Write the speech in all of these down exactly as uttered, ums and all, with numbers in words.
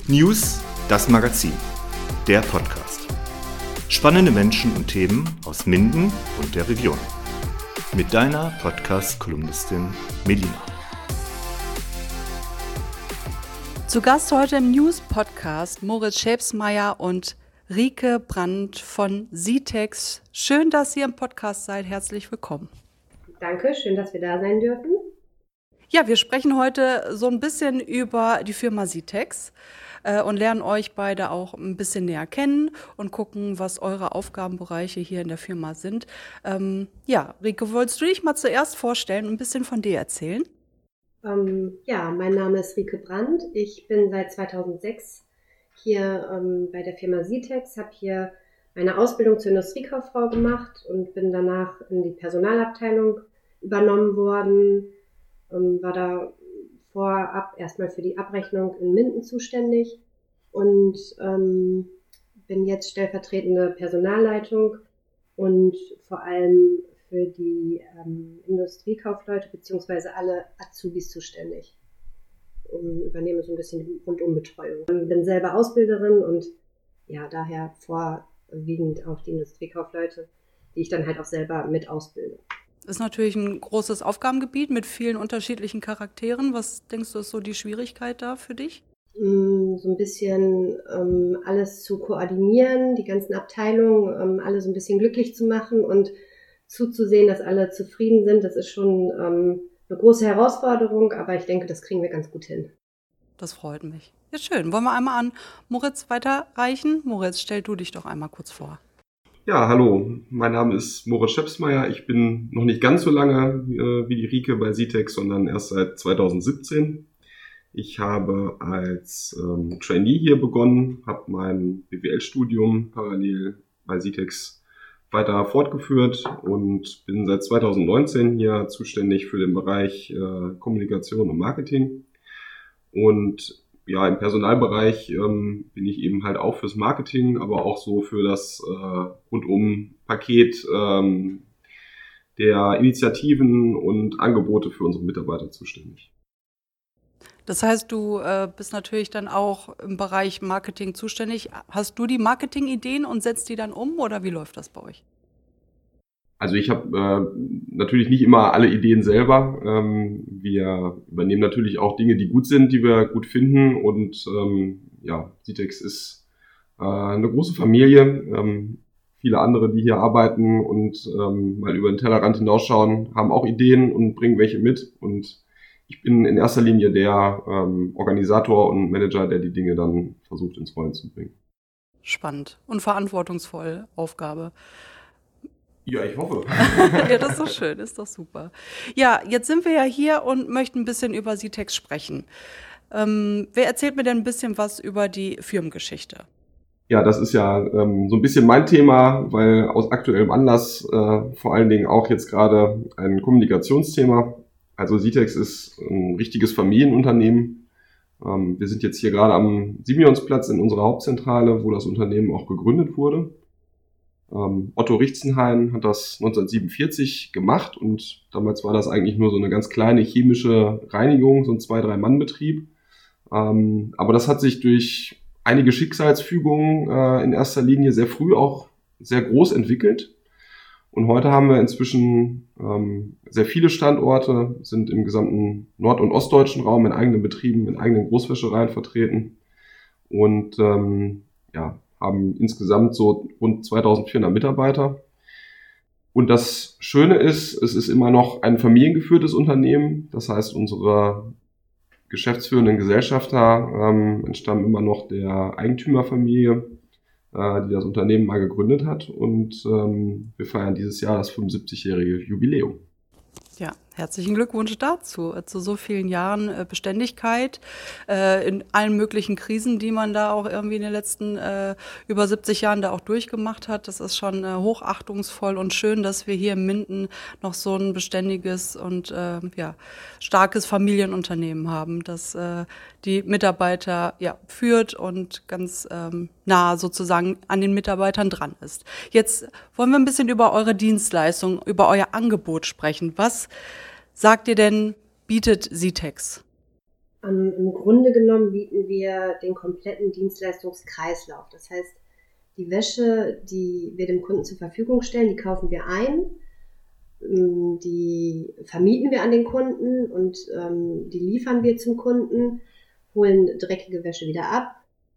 News, das Magazin, der Podcast. Spannende Menschen und Themen aus Minden und der Region. Mit deiner Podcast-Kolumnistin Melina. Zu Gast heute im News-Podcast Moritz Schäpsmeier und Rike Brandt von Sitex. Schön, dass ihr im Podcast seid. Herzlich willkommen. Danke, schön, dass wir da sein dürfen. Ja, wir sprechen heute so ein bisschen über die Firma Sitex äh, und lernen euch beide auch ein bisschen näher kennen und gucken, was eure Aufgabenbereiche hier in der Firma sind. Ähm, ja, Rike, wolltest du dich mal zuerst vorstellen und ein bisschen von dir erzählen? Ähm, ja, mein Name ist Rike Brandt. Ich bin seit zweitausendsechs hier ähm, bei der Firma Sitex, habe hier meine Ausbildung zur Industriekauffrau gemacht und bin danach in die Personalabteilung übernommen worden. War da vorab erstmal für die Abrechnung in Minden zuständig und ähm, bin jetzt stellvertretende Personalleitung und vor allem für die ähm, Industriekaufleute bzw. alle Azubis zuständig. Und übernehme so ein bisschen die Rundumbetreuung. Ich bin selber Ausbilderin und ja, daher vorwiegend auch die Industriekaufleute, die ich dann halt auch selber mit ausbilde. Das ist natürlich ein großes Aufgabengebiet mit vielen unterschiedlichen Charakteren. Was denkst du, ist so die Schwierigkeit da für dich? So ein bisschen ähm, alles zu koordinieren, die ganzen Abteilungen, ähm, alle so ein bisschen glücklich zu machen und zuzusehen, dass alle zufrieden sind. Das ist schon ähm, eine große Herausforderung, aber ich denke, das kriegen wir ganz gut hin. Das freut mich. Ja, schön. Wollen wir einmal an Moritz weiterreichen? Moritz, stell du dich doch einmal kurz vor. Ja, hallo, mein Name ist Moritz Schäpsmeier. Ich bin noch nicht ganz so lange äh, wie die Rike bei Sitex, sondern erst seit zweitausendsiebzehn. Ich habe als ähm, Trainee hier begonnen, habe mein B W L-Studium parallel bei Sitex weiter fortgeführt und bin seit zweitausendneunzehn hier zuständig für den Bereich äh, Kommunikation und Marketing. Und ja, im Personalbereich ähm, bin ich eben halt auch fürs Marketing, aber auch so für das äh, Rundum-Paket ähm, der Initiativen und Angebote für unsere Mitarbeiter zuständig. Das heißt, du äh, bist natürlich dann auch im Bereich Marketing zuständig. Hast du die Marketing-Ideen und setzt die dann um oder wie läuft das bei euch? Also ich habe äh, natürlich nicht immer alle Ideen selber. Ähm, wir übernehmen natürlich auch Dinge, die gut sind, die wir gut finden. Und ähm, ja, Sitex ist äh, eine große Familie. Ähm, viele andere, die hier arbeiten und ähm, mal über den Tellerrand hinausschauen, haben auch Ideen und bringen welche mit. Und ich bin in erster Linie der ähm, Organisator und Manager, der die Dinge dann versucht ins Rollen zu bringen. Spannend und verantwortungsvoll Aufgabe. Ja, ich hoffe. Ja, das ist doch schön, ist doch super. Ja, jetzt sind wir ja hier und möchten ein bisschen über Sitex sprechen. Ähm, wer erzählt mir denn ein bisschen was über die Firmengeschichte? Ja, das ist ja ähm, so ein bisschen mein Thema, weil aus aktuellem Anlass äh, vor allen Dingen auch jetzt gerade ein Kommunikationsthema. Also Sitex ist ein richtiges Familienunternehmen. Ähm, wir sind jetzt hier gerade am Simeonsplatz in unserer Hauptzentrale, wo das Unternehmen auch gegründet wurde. Ähm, Otto Richtzenhain hat das neunzehnhundertsiebenundvierzig gemacht und damals war das eigentlich nur so eine ganz kleine chemische Reinigung, so ein Zwei-Drei-Mann-Betrieb. Ähm, aber das hat sich durch einige Schicksalsfügungen äh, in erster Linie sehr früh auch sehr groß entwickelt. Und heute haben wir inzwischen ähm, sehr viele Standorte, sind im gesamten nord- und ostdeutschen Raum in eigenen Betrieben, in eigenen Großwäschereien vertreten und ähm, ja, haben insgesamt so rund zweitausendvierhundert Mitarbeiter. Und das Schöne ist, es ist immer noch ein familiengeführtes Unternehmen. Das heißt, unsere geschäftsführenden Gesellschafter ähm, entstammen immer noch der Eigentümerfamilie, äh, die das Unternehmen mal gegründet hat. Und ähm, wir feiern dieses Jahr das fünfundsiebzigjährige Jubiläum. Ja, herzlichen Glückwunsch dazu, zu so vielen Jahren äh, Beständigkeit äh, in allen möglichen Krisen, die man da auch irgendwie in den letzten äh, über siebzig Jahren da auch durchgemacht hat. Das ist schon äh, hochachtungsvoll und schön, dass wir hier in Minden noch so ein beständiges und äh, ja, starkes Familienunternehmen haben, das äh, die Mitarbeiter ja, führt und ganz ähm, nah sozusagen an den Mitarbeitern dran ist. Jetzt wollen wir ein bisschen über eure Dienstleistung, über euer Angebot sprechen. Was sagt ihr denn, bietet Sitex? Ähm, Im Grunde genommen bieten wir den kompletten Dienstleistungskreislauf. Das heißt, die Wäsche, die wir dem Kunden zur Verfügung stellen, die kaufen wir ein, die vermieten wir an den Kunden und ähm, die liefern wir zum Kunden, holen dreckige Wäsche wieder ab,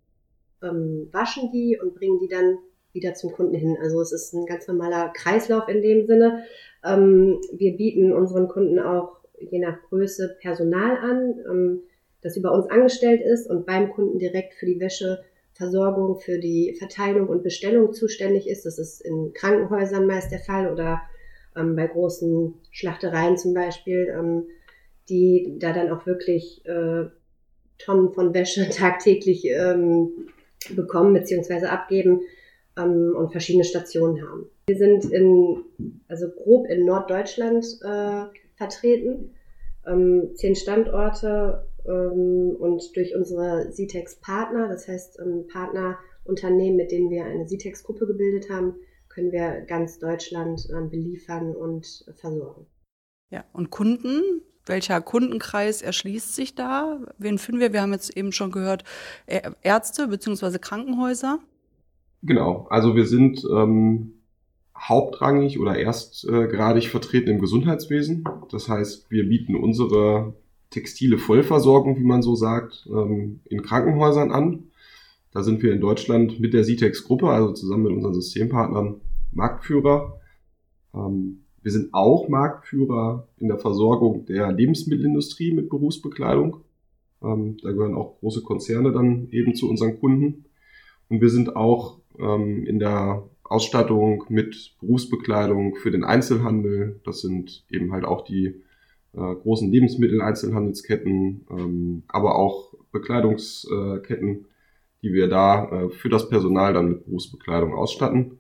ähm, waschen die und bringen die dann wieder zum Kunden hin. Also es ist ein ganz normaler Kreislauf in dem Sinne. Ähm, wir bieten unseren Kunden auch je nach Größe Personal an, ähm, das über uns angestellt ist und beim Kunden direkt für die Wäscheversorgung, für die Verteilung und Bestellung zuständig ist. Das ist in Krankenhäusern meist der Fall oder ähm, bei großen Schlachtereien zum Beispiel, ähm, die da dann auch wirklich äh, Tonnen von Wäsche tagtäglich ähm, bekommen bzw. abgeben ähm, und verschiedene Stationen haben. Wir sind in, also grob in Norddeutschland äh, vertreten, ähm, zehn Standorte ähm, und durch unsere Sitex-Partner, das heißt ähm, Partnerunternehmen, mit denen wir eine Sitex-Gruppe gebildet haben, können wir ganz Deutschland äh, beliefern und äh, versorgen. Ja, und Kunden? Welcher Kundenkreis erschließt sich da? Wen finden wir? Wir haben jetzt eben schon gehört, Ärzte bzw. Krankenhäuser. Genau, also wir sind ähm, hauptrangig oder erstgradig vertreten im Gesundheitswesen. Das heißt, wir bieten unsere textile Vollversorgung, wie man so sagt, ähm, in Krankenhäusern an. Da sind wir in Deutschland mit der Sitex-Gruppe, also zusammen mit unseren Systempartnern, Marktführer. Ähm, Wir sind auch Marktführer in der Versorgung der Lebensmittelindustrie mit Berufsbekleidung. Ähm, da gehören auch große Konzerne dann eben zu unseren Kunden. Und wir sind auch ähm, in der Ausstattung mit Berufsbekleidung für den Einzelhandel. Das sind eben halt auch die äh, großen Lebensmittel-Einzelhandelsketten, ähm, aber auch Bekleidungsketten, die wir da äh, für das Personal dann mit Berufsbekleidung ausstatten.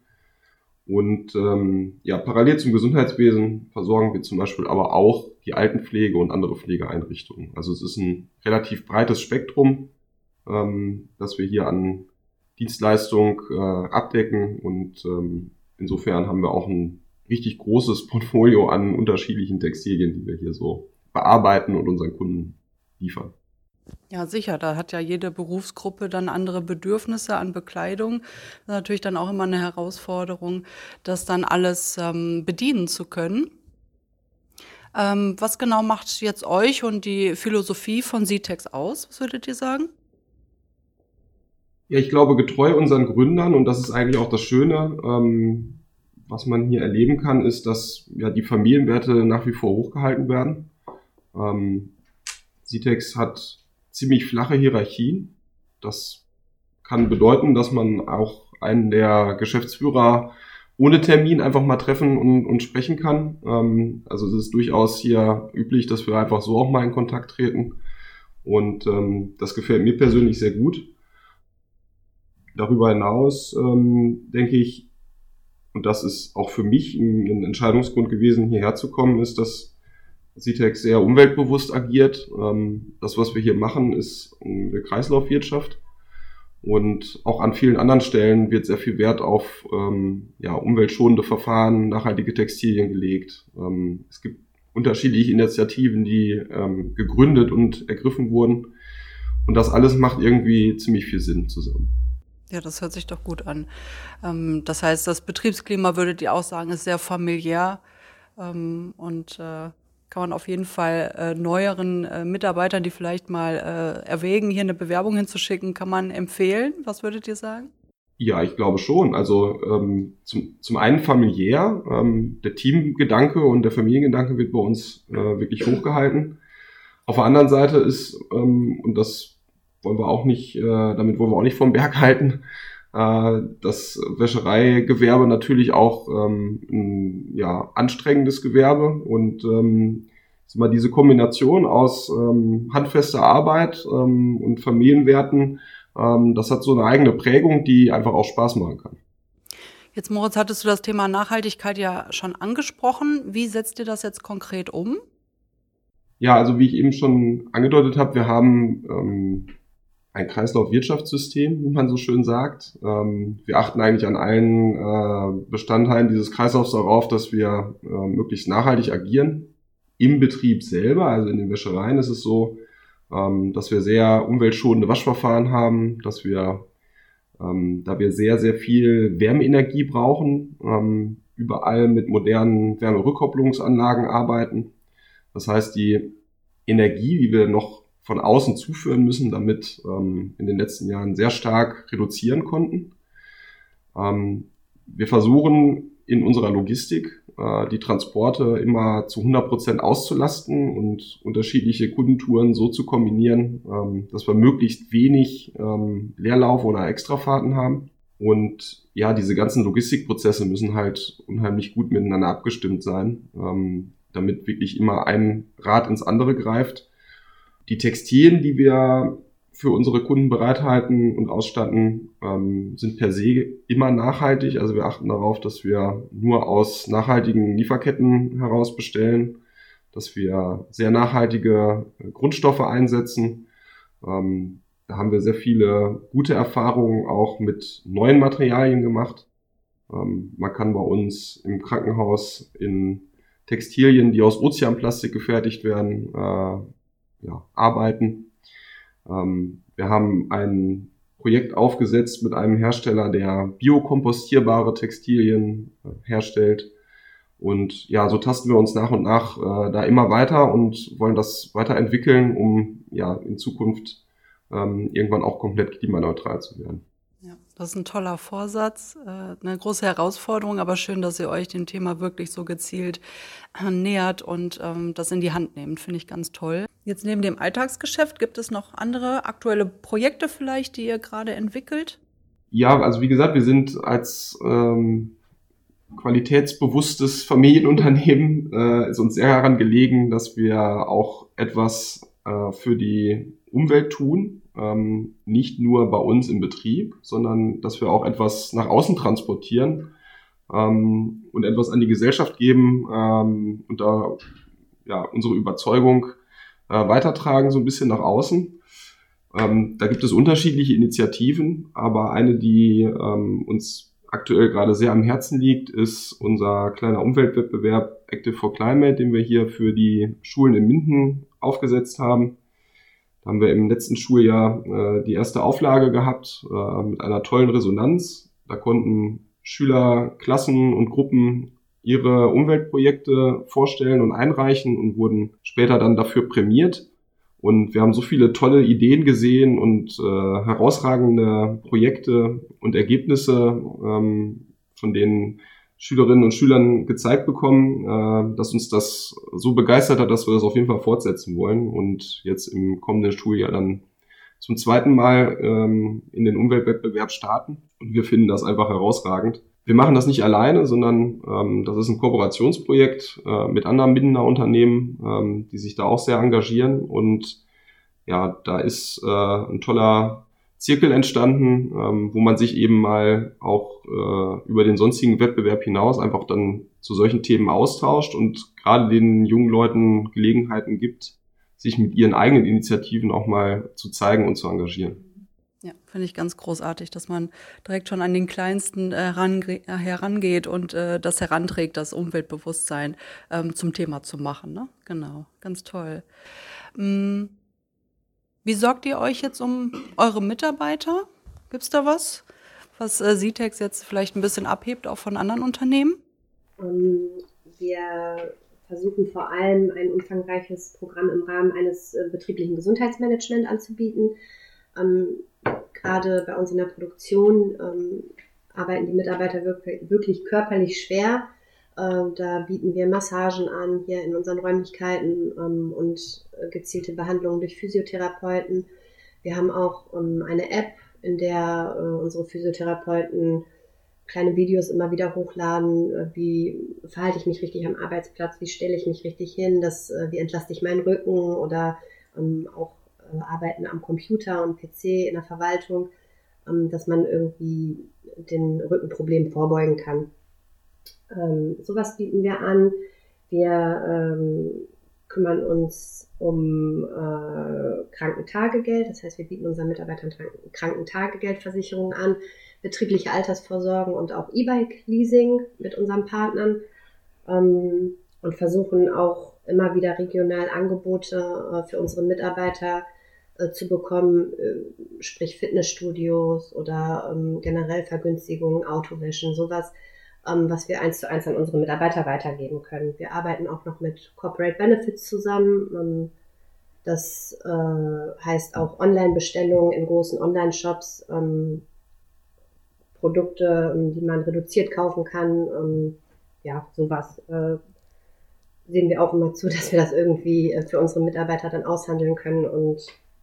Und ähm, ja, parallel zum Gesundheitswesen versorgen wir zum Beispiel aber auch die Altenpflege und andere Pflegeeinrichtungen. Also es ist ein relativ breites Spektrum, ähm, das wir hier an Dienstleistung äh, abdecken. Und ähm, insofern haben wir auch ein richtig großes Portfolio an unterschiedlichen Textilien, die wir hier so bearbeiten und unseren Kunden liefern. Ja, sicher. Da hat ja jede Berufsgruppe dann andere Bedürfnisse an Bekleidung. Das ist natürlich dann auch immer eine Herausforderung, das dann alles ähm, bedienen zu können. Ähm, was genau macht jetzt euch und die Philosophie von Sitex aus? Was würdet ihr sagen? Ja, ich glaube, getreu unseren Gründern, und das ist eigentlich auch das Schöne, ähm, was man hier erleben kann, ist, dass ja die Familienwerte nach wie vor hochgehalten werden. Ähm, Sitex hat ziemlich flache Hierarchien. Das kann bedeuten, dass man auch einen der Geschäftsführer ohne Termin einfach mal treffen und, und sprechen kann. Ähm, also es ist durchaus hier üblich, dass wir einfach so auch mal in Kontakt treten. Und ähm, das gefällt mir persönlich sehr gut. Darüber hinaus ähm, denke ich, und das ist auch für mich ein, ein Entscheidungsgrund gewesen, hierher zu kommen, ist, dass Sitex sehr umweltbewusst agiert. Das, was wir hier machen, ist eine Kreislaufwirtschaft. Und auch an vielen anderen Stellen wird sehr viel Wert auf ja, umweltschonende Verfahren, nachhaltige Textilien gelegt. Es gibt unterschiedliche Initiativen, die gegründet und ergriffen wurden. Und das alles macht irgendwie ziemlich viel Sinn zusammen. Ja, das hört sich doch gut an. Das heißt, das Betriebsklima, würdet ihr auch sagen, ist sehr familiär und kann man auf jeden Fall äh, neueren äh, Mitarbeitern, die vielleicht mal äh, erwägen, hier eine Bewerbung hinzuschicken, kann man empfehlen? Was würdet ihr sagen? Ja, ich glaube schon. Also ähm, zum, zum einen familiär. Ähm, der Teamgedanke und der Familiengedanke wird bei uns äh, wirklich hochgehalten. Auf der anderen Seite ist, ähm, und das wollen wir auch nicht, äh, damit wollen wir auch nicht vom Berg halten, äh, das Wäschereigewerbe natürlich auch ähm, ein ja, anstrengendes Gewerbe und ähm, ist mal diese Kombination aus ähm, handfester Arbeit ähm, und Familienwerten, ähm, das hat so eine eigene Prägung, die einfach auch Spaß machen kann. Jetzt, Moritz, hattest du das Thema Nachhaltigkeit ja schon angesprochen. Wie setzt ihr das jetzt konkret um? Ja, also wie ich eben schon angedeutet habe, wir haben ähm, ein Kreislaufwirtschaftssystem, wie man so schön sagt. Ähm, wir achten eigentlich an allen äh, Bestandteilen dieses Kreislaufs darauf, dass wir äh, möglichst nachhaltig agieren. Im Betrieb selber, also in den Wäschereien, ist es so, ähm, dass wir sehr umweltschonende Waschverfahren haben, dass wir, ähm, da wir sehr, sehr viel Wärmeenergie brauchen, ähm, überall mit modernen Wärmerückkopplungsanlagen arbeiten. Das heißt, die Energie, die wir noch von außen zuführen müssen, damit ähm, in den letzten Jahren sehr stark reduzieren konnten. Ähm, wir versuchen in unserer Logistik äh, die Transporte immer zu hundert Prozent auszulasten und unterschiedliche Kundentouren so zu kombinieren, ähm, dass wir möglichst wenig ähm, Leerlauf oder Extrafahrten haben. Und ja, diese ganzen Logistikprozesse müssen halt unheimlich gut miteinander abgestimmt sein, ähm, damit wirklich immer ein Rad ins andere greift. Die Textilien, die wir für unsere Kunden bereithalten und ausstatten, ähm, sind per se immer nachhaltig. Also wir achten darauf, dass wir nur aus nachhaltigen Lieferketten heraus bestellen, dass wir sehr nachhaltige Grundstoffe einsetzen. Ähm, da haben wir sehr viele gute Erfahrungen auch mit neuen Materialien gemacht. Ähm, man kann bei uns im Krankenhaus in Textilien, die aus Ozeanplastik gefertigt werden, äh, ja, arbeiten. Ähm, wir haben ein Projekt aufgesetzt mit einem Hersteller, der biokompostierbare Textilien äh, herstellt. Und ja, so tasten wir uns nach und nach äh, da immer weiter und wollen das weiterentwickeln, um ja in Zukunft ähm, irgendwann auch komplett klimaneutral zu werden. Ja, das ist ein toller Vorsatz, äh, eine große Herausforderung, aber schön, dass ihr euch dem Thema wirklich so gezielt äh, nähert und ähm, das in die Hand nehmt, finde ich ganz toll. Jetzt neben dem Alltagsgeschäft, gibt es noch andere aktuelle Projekte vielleicht, die ihr gerade entwickelt? Ja, also wie gesagt, wir sind als ähm, qualitätsbewusstes Familienunternehmen, äh, ist uns sehr daran gelegen, dass wir auch etwas äh, für die Umwelt tun. Ähm, nicht nur bei uns im Betrieb, sondern dass wir auch etwas nach außen transportieren ähm, und etwas an die Gesellschaft geben ähm, und da ja unsere Überzeugung äh, weitertragen, so ein bisschen nach außen. Ähm, da gibt es unterschiedliche Initiativen, aber eine, die ähm, uns aktuell gerade sehr am Herzen liegt, ist unser kleiner Umweltwettbewerb Active for Climate, den wir hier für die Schulen in Minden aufgesetzt haben. Da haben wir im letzten Schuljahr äh, die erste Auflage gehabt äh, mit einer tollen Resonanz. Da konnten Schüler, Klassen und Gruppen ihre Umweltprojekte vorstellen und einreichen und wurden später dann dafür prämiert. Und wir haben so viele tolle Ideen gesehen und äh, herausragende Projekte und Ergebnisse, ähm, von denen Schülerinnen und Schülern gezeigt bekommen, äh, dass uns das so begeistert hat, dass wir das auf jeden Fall fortsetzen wollen und jetzt im kommenden Schuljahr dann zum zweiten Mal ähm, in den Umweltwettbewerb starten. Und wir finden das einfach herausragend. Wir machen das nicht alleine, sondern ähm, das ist ein Kooperationsprojekt äh, mit anderen Mindener Unternehmen, ähm, die sich da auch sehr engagieren. Und ja, da ist äh, ein toller Zirkel entstanden, ähm, wo man sich eben mal auch äh, über den sonstigen Wettbewerb hinaus einfach dann zu solchen Themen austauscht und gerade den jungen Leuten Gelegenheiten gibt, sich mit ihren eigenen Initiativen auch mal zu zeigen und zu engagieren. Ja, finde ich ganz großartig, dass man direkt schon an den Kleinsten äh, herange- äh, herangeht und äh, das heranträgt, das Umweltbewusstsein ähm, zum Thema zu machen. Ne? Genau, ganz toll. Mm. Wie sorgt ihr euch jetzt um eure Mitarbeiter? Gibt's da was, was äh, Sitex jetzt vielleicht ein bisschen abhebt, auch von anderen Unternehmen? Um, wir versuchen vor allem ein umfangreiches Programm im Rahmen eines äh, betrieblichen Gesundheitsmanagements anzubieten. Ähm, gerade bei uns in der Produktion ähm, arbeiten die Mitarbeiter wirklich, wirklich körperlich schwer. Äh, da bieten wir Massagen an hier in unseren Räumlichkeiten ähm, und äh, gezielte Behandlungen durch Physiotherapeuten. Wir haben auch ähm, eine App, in der äh, unsere Physiotherapeuten kleine Videos immer wieder hochladen, äh, wie verhalte ich mich richtig am Arbeitsplatz, wie stelle ich mich richtig hin, das, äh, wie entlaste ich meinen Rücken oder ähm, auch äh, Arbeiten am Computer und P C in der Verwaltung, ähm, dass man irgendwie den Rückenproblemen vorbeugen kann. Ähm, sowas bieten wir an. Wir ähm, kümmern uns um äh, Krankentagegeld. Das heißt, wir bieten unseren Mitarbeitern Krankentagegeldversicherungen an, betriebliche Altersvorsorgen und auch E-Bike-Leasing mit unseren Partnern und versuchen auch immer wieder regional Angebote für unsere Mitarbeiter äh, zu bekommen, äh, sprich Fitnessstudios oder ähm, generell Vergünstigungen, Autowäschen, sowas, ähm, was wir eins zu eins an unsere Mitarbeiter weitergeben können. Wir arbeiten auch noch mit Corporate Benefits zusammen. Ähm, das äh, heißt auch Online-Bestellungen in großen Online-Shops, ähm, Produkte, die man reduziert kaufen kann, ähm, ja, sowas. Äh, sehen wir auch immer zu, dass wir das irgendwie für unsere Mitarbeiter dann aushandeln können und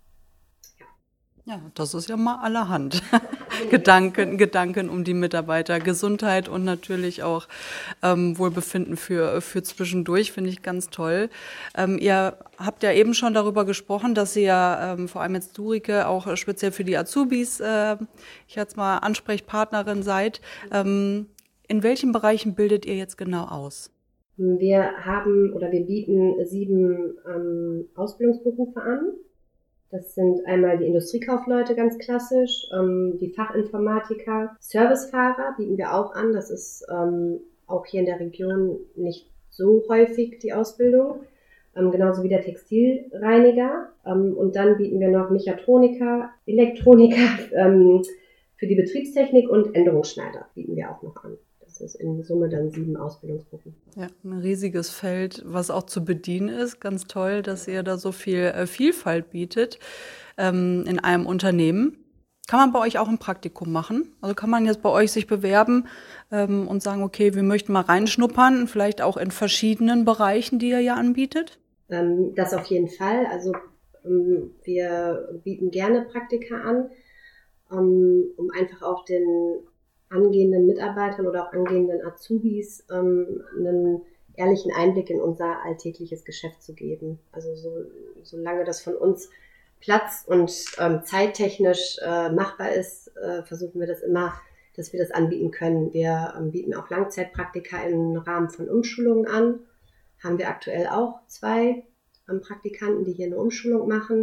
ja. Ja, das ist ja mal allerhand. Gedanken, Gedanken um die Mitarbeiter, Gesundheit und natürlich auch ähm, Wohlbefinden für, für zwischendurch, finde ich ganz toll. Ähm, ihr habt ja eben schon darüber gesprochen, dass ihr ja ähm, vor allem jetzt du, Rike, auch speziell für die Azubis, äh, ich jetzt mal Ansprechpartnerin seid. Ähm, in welchen Bereichen bildet ihr jetzt genau aus? Wir haben oder wir bieten sieben ähm, Ausbildungsberufe an. Das sind einmal die Industriekaufleute ganz klassisch, ähm, die Fachinformatiker, Servicefahrer bieten wir auch an. Das ist ähm, auch hier in der Region nicht so häufig die Ausbildung, ähm, genauso wie der Textilreiniger. Ähm, und dann bieten wir noch Mechatroniker, Elektroniker ähm, für die Betriebstechnik und Änderungsschneider bieten wir auch noch an. Das ist in Summe dann sieben Ausbildungsgruppen. Ja, ein riesiges Feld, was auch zu bedienen ist. Ganz toll, dass ihr da so viel äh, Vielfalt bietet ähm, in einem Unternehmen. Kann man bei euch auch ein Praktikum machen? Also kann man jetzt bei euch sich bewerben ähm, und sagen, okay, wir möchten mal reinschnuppern, vielleicht auch in verschiedenen Bereichen, die ihr ja anbietet? Ähm, das auf jeden Fall. Also ähm, wir bieten gerne Praktika an, ähm, um einfach auch den angehenden Mitarbeitern oder auch angehenden Azubis ähm, einen ehrlichen Einblick in unser alltägliches Geschäft zu geben. Also so, solange das von uns Platz und ähm, zeittechnisch äh, machbar ist, äh, versuchen wir das immer, dass wir das anbieten können. Wir ähm, bieten auch Langzeitpraktika im Rahmen von Umschulungen an. Haben wir aktuell auch zwei ähm, Praktikanten, die hier eine Umschulung machen.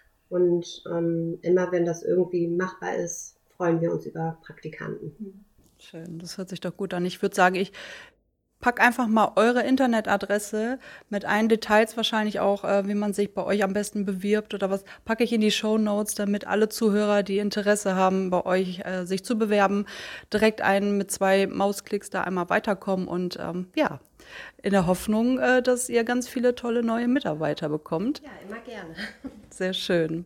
Und ähm, immer wenn das irgendwie machbar ist, freuen wir uns über Praktikanten. Schön, das hört sich doch gut an. Ich würde sagen, ich pack einfach mal eure Internetadresse mit allen Details, wahrscheinlich auch, äh, wie man sich bei euch am besten bewirbt oder was, packe ich in die Shownotes, damit alle Zuhörer, die Interesse haben, bei euch äh, sich zu bewerben, direkt einen mit zwei Mausklicks da einmal weiterkommen und ähm, ja, in der Hoffnung, äh, dass ihr ganz viele tolle neue Mitarbeiter bekommt. Ja, immer gerne. Sehr schön.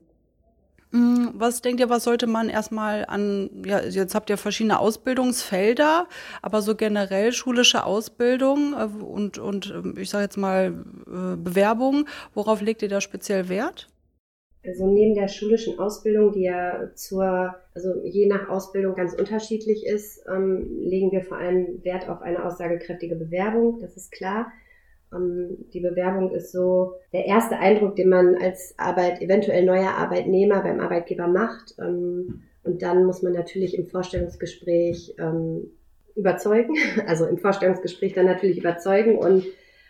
Was denkt ihr, was sollte man erstmal an, ja, jetzt habt ihr verschiedene Ausbildungsfelder, aber so generell schulische Ausbildung äh, und, und ich sage jetzt mal äh, Bewerbung, worauf legt ihr da speziell Wert? Also neben der schulischen Ausbildung, die ja zur, also je nach Ausbildung ganz unterschiedlich ist, ähm, legen wir vor allem Wert auf eine aussagekräftige Bewerbung, das ist klar. Die Bewerbung ist so der erste Eindruck, den man als Arbeit, eventuell neuer Arbeitnehmer beim Arbeitgeber macht. Und dann muss man natürlich im Vorstellungsgespräch überzeugen, also im Vorstellungsgespräch dann natürlich überzeugen. Und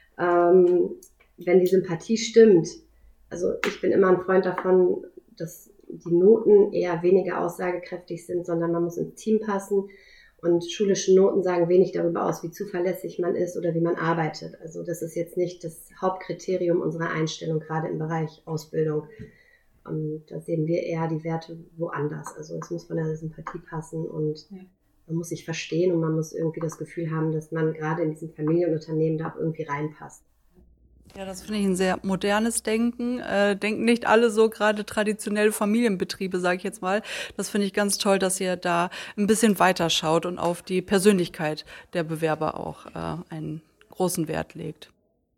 wenn die Sympathie stimmt, also ich bin immer ein Freund davon, dass die Noten eher weniger aussagekräftig sind, sondern man muss ins Team passen. Und schulische Noten sagen wenig darüber aus, wie zuverlässig man ist oder wie man arbeitet. Also das ist jetzt nicht das Hauptkriterium unserer Einstellung, gerade im Bereich Ausbildung. Und da sehen wir eher die Werte woanders. Also es muss von der Sympathie passen und ja. Man muss sich verstehen und man muss irgendwie das Gefühl haben, dass man gerade in diesem Familienunternehmen da auch irgendwie reinpasst. Ja, das finde ich ein sehr modernes Denken. Äh, denken nicht alle so, gerade traditionelle Familienbetriebe, sage ich jetzt mal. Das finde ich ganz toll, dass ihr da ein bisschen weiter schaut und auf die Persönlichkeit der Bewerber auch äh, einen großen Wert legt.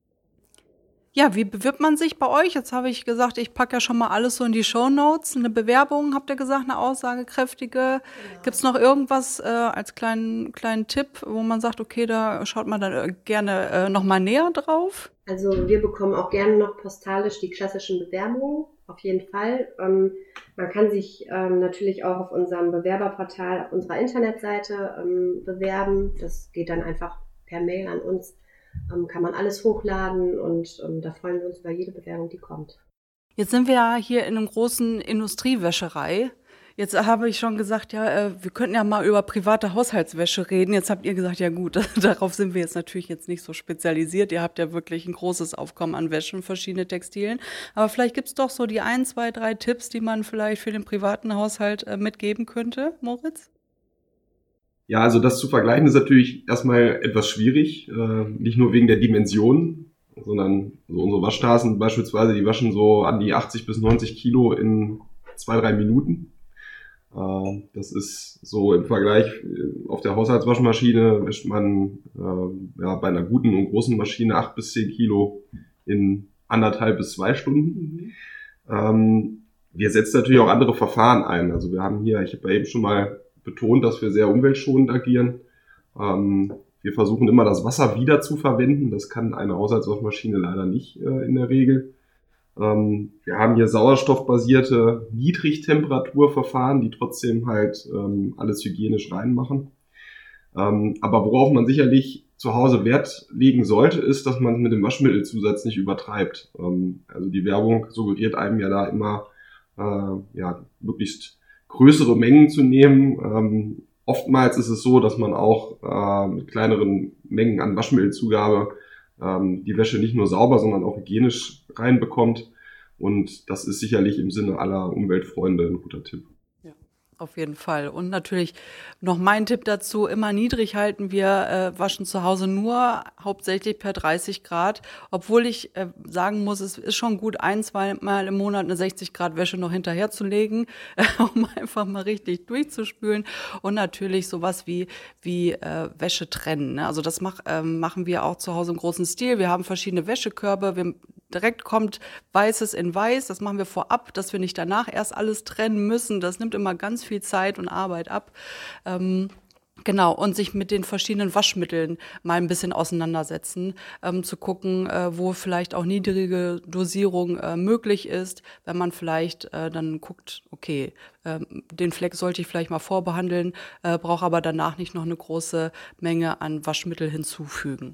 Ja, wie bewirbt man sich bei euch? Jetzt habe ich gesagt, ich packe ja schon mal alles so in die Shownotes. Eine Bewerbung, habt ihr gesagt, eine aussagekräftige. Genau. Gibt es noch irgendwas äh, als kleinen, kleinen Tipp, wo man sagt, okay, da schaut man dann äh, gerne äh, noch mal näher drauf? Also wir bekommen auch gerne noch postalisch die klassischen Bewerbungen, auf jeden Fall. Ähm, man kann sich ähm, natürlich auch auf unserem Bewerberportal, auf unserer Internetseite ähm, bewerben. Das geht dann einfach per Mail an uns. Ähm, kann man alles hochladen und ähm, da freuen wir uns über jede Bewerbung, die kommt. Jetzt sind wir ja hier in einer großen Industriewäscherei. Jetzt habe ich schon gesagt, ja, äh, wir könnten ja mal über private Haushaltswäsche reden. Jetzt habt ihr gesagt, ja gut, darauf sind wir jetzt natürlich jetzt nicht so spezialisiert. Ihr habt ja wirklich ein großes Aufkommen an Wäsche und verschiedene Textilien. Aber vielleicht gibt's doch so die ein, zwei, drei Tipps, die man vielleicht für den privaten Haushalt äh, mitgeben könnte, Moritz? Ja, also das zu vergleichen ist natürlich erstmal etwas schwierig, äh, nicht nur wegen der Dimension, sondern so unsere Waschstraßen beispielsweise, die waschen so an die achtzig bis neunzig Kilo in zwei, drei Minuten. Das ist so im Vergleich auf der Haushaltswaschmaschine wäscht man äh, ja, bei einer guten und großen Maschine acht bis zehn Kilo in anderthalb bis zwei Stunden. Mhm. Ähm, wir setzen natürlich auch andere Verfahren ein. Also wir haben hier, ich habe ja eben schon mal betont, dass wir sehr umweltschonend agieren. Ähm, wir versuchen immer das Wasser wieder zu verwenden. Das kann eine Haushaltswaschmaschine leider nicht äh, in der Regel. Wir haben hier sauerstoffbasierte Niedrigtemperaturverfahren, die trotzdem halt ähm, alles hygienisch reinmachen. Ähm, aber worauf man sicherlich zu Hause Wert legen sollte, ist, dass man mit dem Waschmittelzusatz nicht übertreibt. Ähm, also die Werbung suggeriert einem ja da immer, äh, ja, möglichst größere Mengen zu nehmen. Ähm, oftmals ist es so, dass man auch äh, mit kleineren Mengen an Waschmittelzugabe die Wäsche nicht nur sauber, sondern auch hygienisch reinbekommt. Und das ist sicherlich im Sinne aller Umweltfreunde ein guter Tipp. Ja, auf jeden Fall. Und natürlich noch mein Tipp dazu, immer niedrig halten. Wir äh, waschen zu Hause nur hauptsächlich per dreißig Grad, obwohl ich äh, sagen muss, es ist schon gut, ein, zwei Mal im Monat eine sechzig Grad Wäsche noch hinterherzulegen, äh, um einfach mal richtig durchzuspülen. Und natürlich sowas wie wie äh, Wäsche trennen. Ne? Also das mach, äh, machen wir auch zu Hause im großen Stil. Wir haben verschiedene Wäschekörbe. Wir direkt kommt Weißes in Weiß. Das machen wir vorab, dass wir nicht danach erst alles trennen müssen. Das nimmt immer ganz viel Zeit und Arbeit ab. Ähm, Genau, und sich mit den verschiedenen Waschmitteln mal ein bisschen auseinandersetzen, ähm, zu gucken, äh, wo vielleicht auch niedrige Dosierung äh, möglich ist, wenn man vielleicht äh, dann guckt, okay, äh, den Fleck sollte ich vielleicht mal vorbehandeln, äh, brauche aber danach nicht noch eine große Menge an Waschmittel hinzufügen.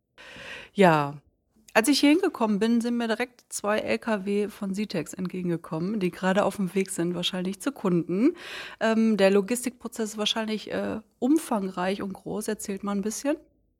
Ja. Als ich hier hingekommen bin, sind mir direkt zwei L K W von Sitex entgegengekommen, die gerade auf dem Weg sind, wahrscheinlich zu Kunden. Ähm, der Logistikprozess ist wahrscheinlich äh, umfangreich und groß. Erzählt mal ein bisschen.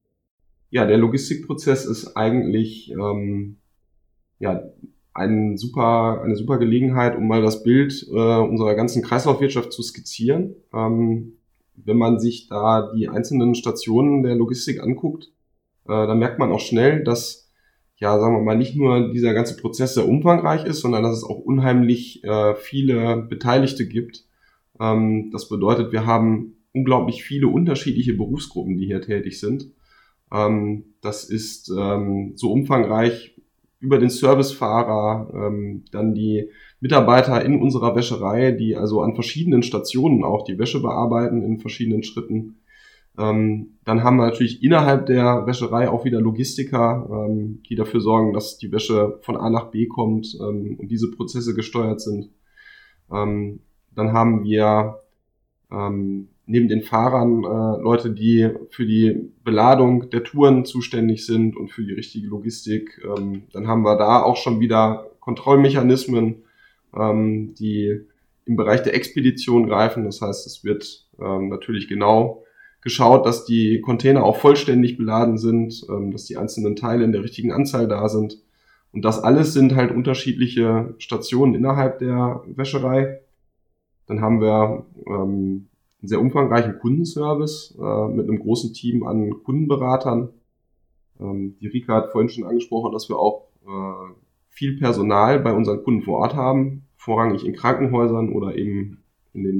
Ja, der Logistikprozess ist eigentlich ähm, ja ein super, eine super Gelegenheit, um mal das Bild äh, unserer ganzen Kreislaufwirtschaft zu skizzieren. Ähm, wenn man sich da die einzelnen Stationen der Logistik anguckt, äh, dann merkt man auch schnell, dass ja, sagen wir mal, nicht nur dieser ganze Prozess sehr umfangreich ist, sondern dass es auch unheimlich äh, viele Beteiligte gibt. Ähm, das bedeutet, wir haben unglaublich viele unterschiedliche Berufsgruppen, die hier tätig sind. Ähm, das ist ähm, so umfangreich über den Servicefahrer, ähm, dann die Mitarbeiter in unserer Wäscherei, die also an verschiedenen Stationen auch die Wäsche bearbeiten in verschiedenen Schritten. Ähm, dann haben wir natürlich innerhalb der Wäscherei auch wieder Logistiker, ähm, die dafür sorgen, dass die Wäsche von A nach B kommt ähm, und diese Prozesse gesteuert sind. Ähm, dann haben wir ähm, neben den Fahrern äh, Leute, die für die Beladung der Touren zuständig sind und für die richtige Logistik. Ähm, dann haben wir da auch schon wieder Kontrollmechanismen, ähm, die im Bereich der Expedition greifen. Das heißt, es wird ähm, natürlich genau geschaut, dass die Container auch vollständig beladen sind, dass die einzelnen Teile in der richtigen Anzahl da sind. Und das alles sind halt unterschiedliche Stationen innerhalb der Wäscherei. Dann haben wir ähm, einen sehr umfangreichen Kundenservice äh, mit einem großen Team an Kundenberatern. Ähm, die Rika hat vorhin schon angesprochen, dass wir auch äh, viel Personal bei unseren Kunden vor Ort haben, vorrangig in Krankenhäusern oder eben in den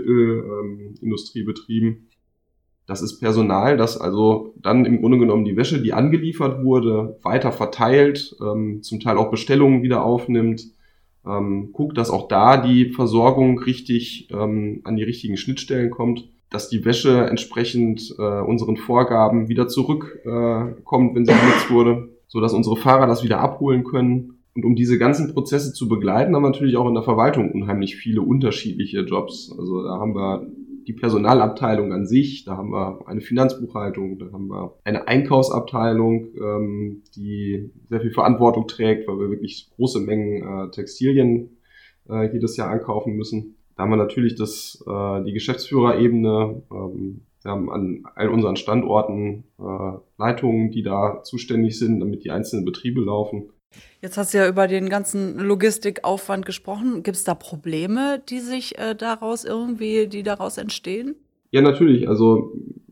Lebensmittelindustriebetrieben. Ähm, Das ist Personal, das also dann im Grunde genommen die Wäsche, die angeliefert wurde, weiter verteilt, ähm, zum Teil auch Bestellungen wieder aufnimmt, ähm, guckt, dass auch da die Versorgung richtig ähm, an die richtigen Schnittstellen kommt, dass die Wäsche entsprechend äh, unseren Vorgaben wieder zurückkommt, äh, wenn sie benutzt wurde, so dass unsere Fahrer das wieder abholen können. Und um diese ganzen Prozesse zu begleiten, haben wir natürlich auch in der Verwaltung unheimlich viele unterschiedliche Jobs. Also da haben wir die Personalabteilung an sich, da haben wir eine Finanzbuchhaltung, da haben wir eine Einkaufsabteilung, ähm, die sehr viel Verantwortung trägt, weil wir wirklich große Mengen äh, Textilien äh, jedes Jahr einkaufen müssen. Da haben wir natürlich das, äh, die Geschäftsführerebene. Ähm, wir haben an all unseren Standorten äh, Leitungen, die da zuständig sind, damit die einzelnen Betriebe laufen. Jetzt hast du ja über den ganzen Logistikaufwand gesprochen. Gibt es da Probleme, die sich äh, daraus irgendwie, die daraus entstehen? Ja, natürlich. Also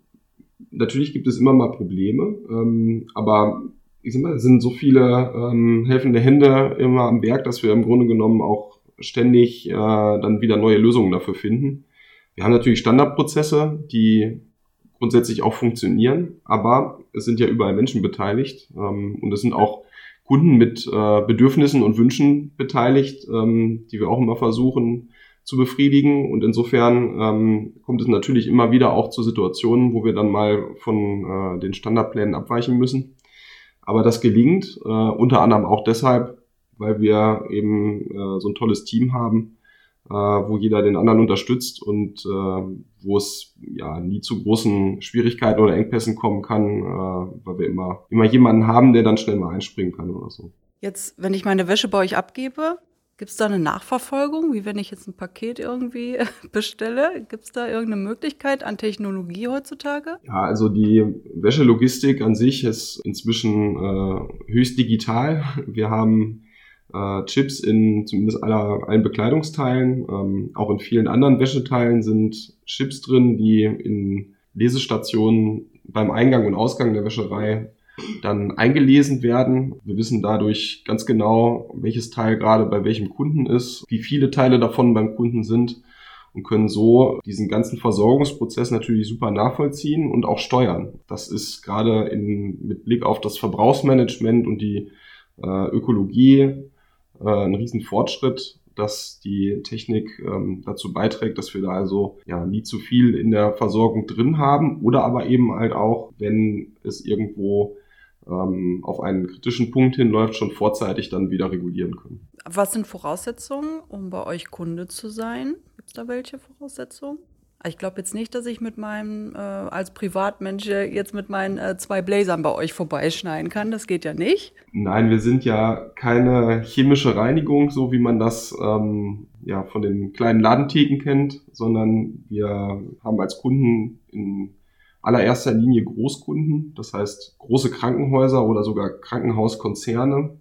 natürlich gibt es immer mal Probleme, ähm, aber ich sag mal, es sind so viele ähm, helfende Hände immer am Werk, dass wir im Grunde genommen auch ständig äh, dann wieder neue Lösungen dafür finden. Wir haben natürlich Standardprozesse, die grundsätzlich auch funktionieren, aber es sind ja überall Menschen beteiligt ähm, und es sind auch Kunden mit äh, Bedürfnissen und Wünschen beteiligt, ähm, die wir auch immer versuchen zu befriedigen. Und insofern ähm, kommt es natürlich immer wieder auch zu Situationen, wo wir dann mal von äh, den Standardplänen abweichen müssen. Aber das gelingt äh, unter anderem auch deshalb, weil wir eben äh, so ein tolles Team haben, äh, wo jeder den anderen unterstützt und äh, wo es ja nie zu großen Schwierigkeiten oder Engpässen kommen kann, äh, weil wir immer immer jemanden haben, der dann schnell mal einspringen kann oder so. Jetzt, wenn ich meine Wäsche bei euch abgebe, gibt es da eine Nachverfolgung, wie wenn ich jetzt ein Paket irgendwie bestelle? Gibt es da irgendeine Möglichkeit an Technologie heutzutage? Ja, also die Wäschelogistik an sich ist inzwischen äh, höchst digital. Wir haben äh, Chips in zumindest aller, allen Bekleidungsteilen. Ähm, auch in vielen anderen Wäscheteilen sind Chips drin, die in Lesestationen beim Eingang und Ausgang der Wäscherei dann eingelesen werden. Wir wissen dadurch ganz genau, welches Teil gerade bei welchem Kunden ist, wie viele Teile davon beim Kunden sind und können so diesen ganzen Versorgungsprozess natürlich super nachvollziehen und auch steuern. Das ist gerade in, mit Blick auf das Verbrauchsmanagement und die äh, Ökologie äh, ein Riesenfortschritt, dass die Technik ähm, dazu beiträgt, dass wir da also ja nie zu viel in der Versorgung drin haben oder aber eben halt auch, wenn es irgendwo ähm, auf einen kritischen Punkt hinläuft, schon vorzeitig dann wieder regulieren können. Was sind Voraussetzungen, um bei euch Kunde zu sein? Gibt es da welche Voraussetzungen? Ich glaube jetzt nicht, dass ich mit meinem, äh, als Privatmensch jetzt mit meinen äh, zwei Blazern bei euch vorbeischneiden kann. Das geht ja nicht. Nein, wir sind ja keine chemische Reinigung, so wie man das ähm, ja von den kleinen Ladentheken kennt, sondern wir haben als Kunden in allererster Linie Großkunden, das heißt große Krankenhäuser oder sogar Krankenhauskonzerne,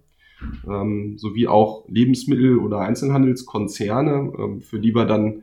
ähm, sowie auch Lebensmittel- oder Einzelhandelskonzerne, ähm, für die wir dann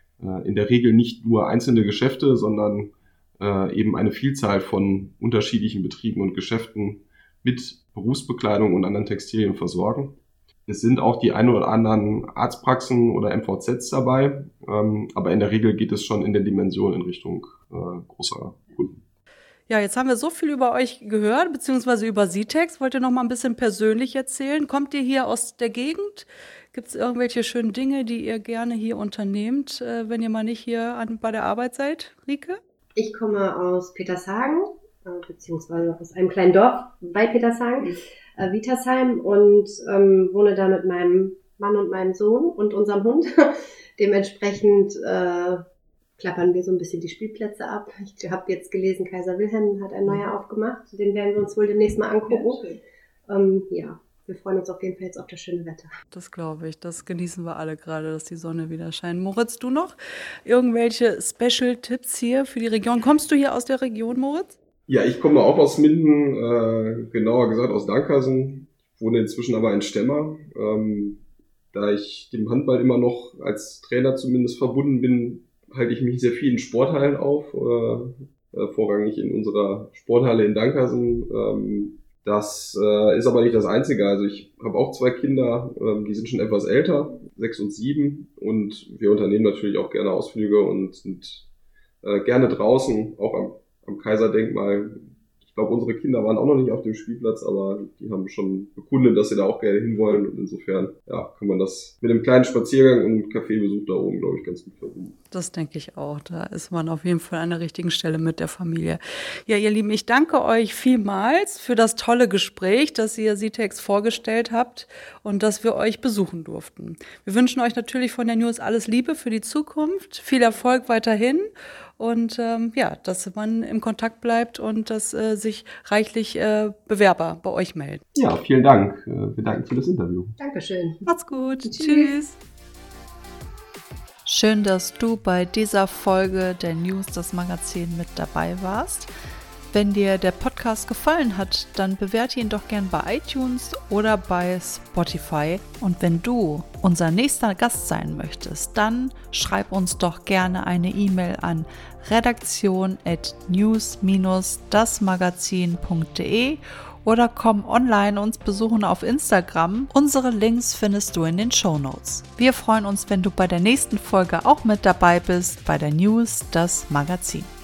in der Regel nicht nur einzelne Geschäfte, sondern äh, eben eine Vielzahl von unterschiedlichen Betrieben und Geschäften mit Berufsbekleidung und anderen Textilien versorgen. Es sind auch die ein oder anderen Arztpraxen oder M V Zs dabei, ähm, aber in der Regel geht es schon in der Dimension in Richtung äh, großer Kunden. Ja, jetzt haben wir so viel über euch gehört, beziehungsweise über Sitex. Wollt ihr noch mal ein bisschen persönlich erzählen? Kommt ihr hier aus der Gegend? Gibt es irgendwelche schönen Dinge, die ihr gerne hier unternehmt, äh, wenn ihr mal nicht hier an, bei der Arbeit seid, Rike? Ich komme aus Petershagen, äh, beziehungsweise aus einem kleinen Dorf bei Petershagen, äh, Wietersheim, und ähm, wohne da mit meinem Mann und meinem Sohn und unserem Hund. Dementsprechend äh, klappern wir so ein bisschen die Spielplätze ab. Ich habe jetzt gelesen, Kaiser Wilhelm hat ein neuer aufgemacht. Den werden wir uns wohl demnächst mal angucken. Ja, ähm, ja. Wir freuen uns auf jeden Fall jetzt auf das schöne Wetter. Das glaube ich. Das genießen wir alle gerade, dass die Sonne wieder scheint. Moritz, du noch irgendwelche Special-Tipps hier für die Region? Kommst du hier aus der Region, Moritz? Ja, ich komme auch aus Minden, äh, genauer gesagt aus Dankersen. Ich wohne inzwischen aber in Stemmer. Ähm, da ich dem Handball immer noch als Trainer zumindest verbunden bin, halte ich mich sehr viel in Sporthallen auf. Äh, äh, vorrangig in unserer Sporthalle in Dankersen. Ähm, Das äh, ist aber nicht das Einzige. Also ich habe auch zwei Kinder, ähm, die sind schon etwas älter, sechs und sieben. Und wir unternehmen natürlich auch gerne Ausflüge und sind äh, gerne draußen, auch am, am Kaiserdenkmal. Ich glaube, unsere Kinder waren auch noch nicht auf dem Spielplatz, aber die haben schon bekundet, dass sie da auch gerne hinwollen. Und insofern ja, kann man das mit einem kleinen Spaziergang und Kaffeebesuch da oben, glaube ich, ganz gut verbinden. Das denke ich auch. Da ist man auf jeden Fall an der richtigen Stelle mit der Familie. Ja, ihr Lieben, ich danke euch vielmals für das tolle Gespräch, dass ihr Sitex vorgestellt habt und dass wir euch besuchen durften. Wir wünschen euch natürlich von der News alles Liebe für die Zukunft, viel Erfolg weiterhin und ähm, ja, dass man im Kontakt bleibt und dass äh, sich reichlich äh, Bewerber bei euch melden. Ja, vielen Dank. Wir danken für das Interview. Dankeschön. Macht's gut. Tschüss. Tschüss. Schön, dass du bei dieser Folge der News das Magazin mit dabei warst. Wenn dir der Podcast gefallen hat, dann bewerte ihn doch gern bei iTunes oder bei Spotify. Und wenn du unser nächster Gast sein möchtest, dann schreib uns doch gerne eine E-Mail an redaktion at news dash das magazin punkt de oder komm online uns besuchen auf Instagram. Unsere Links findest du in den Shownotes. Wir freuen uns, wenn du bei der nächsten Folge auch mit dabei bist bei der News das Magazin.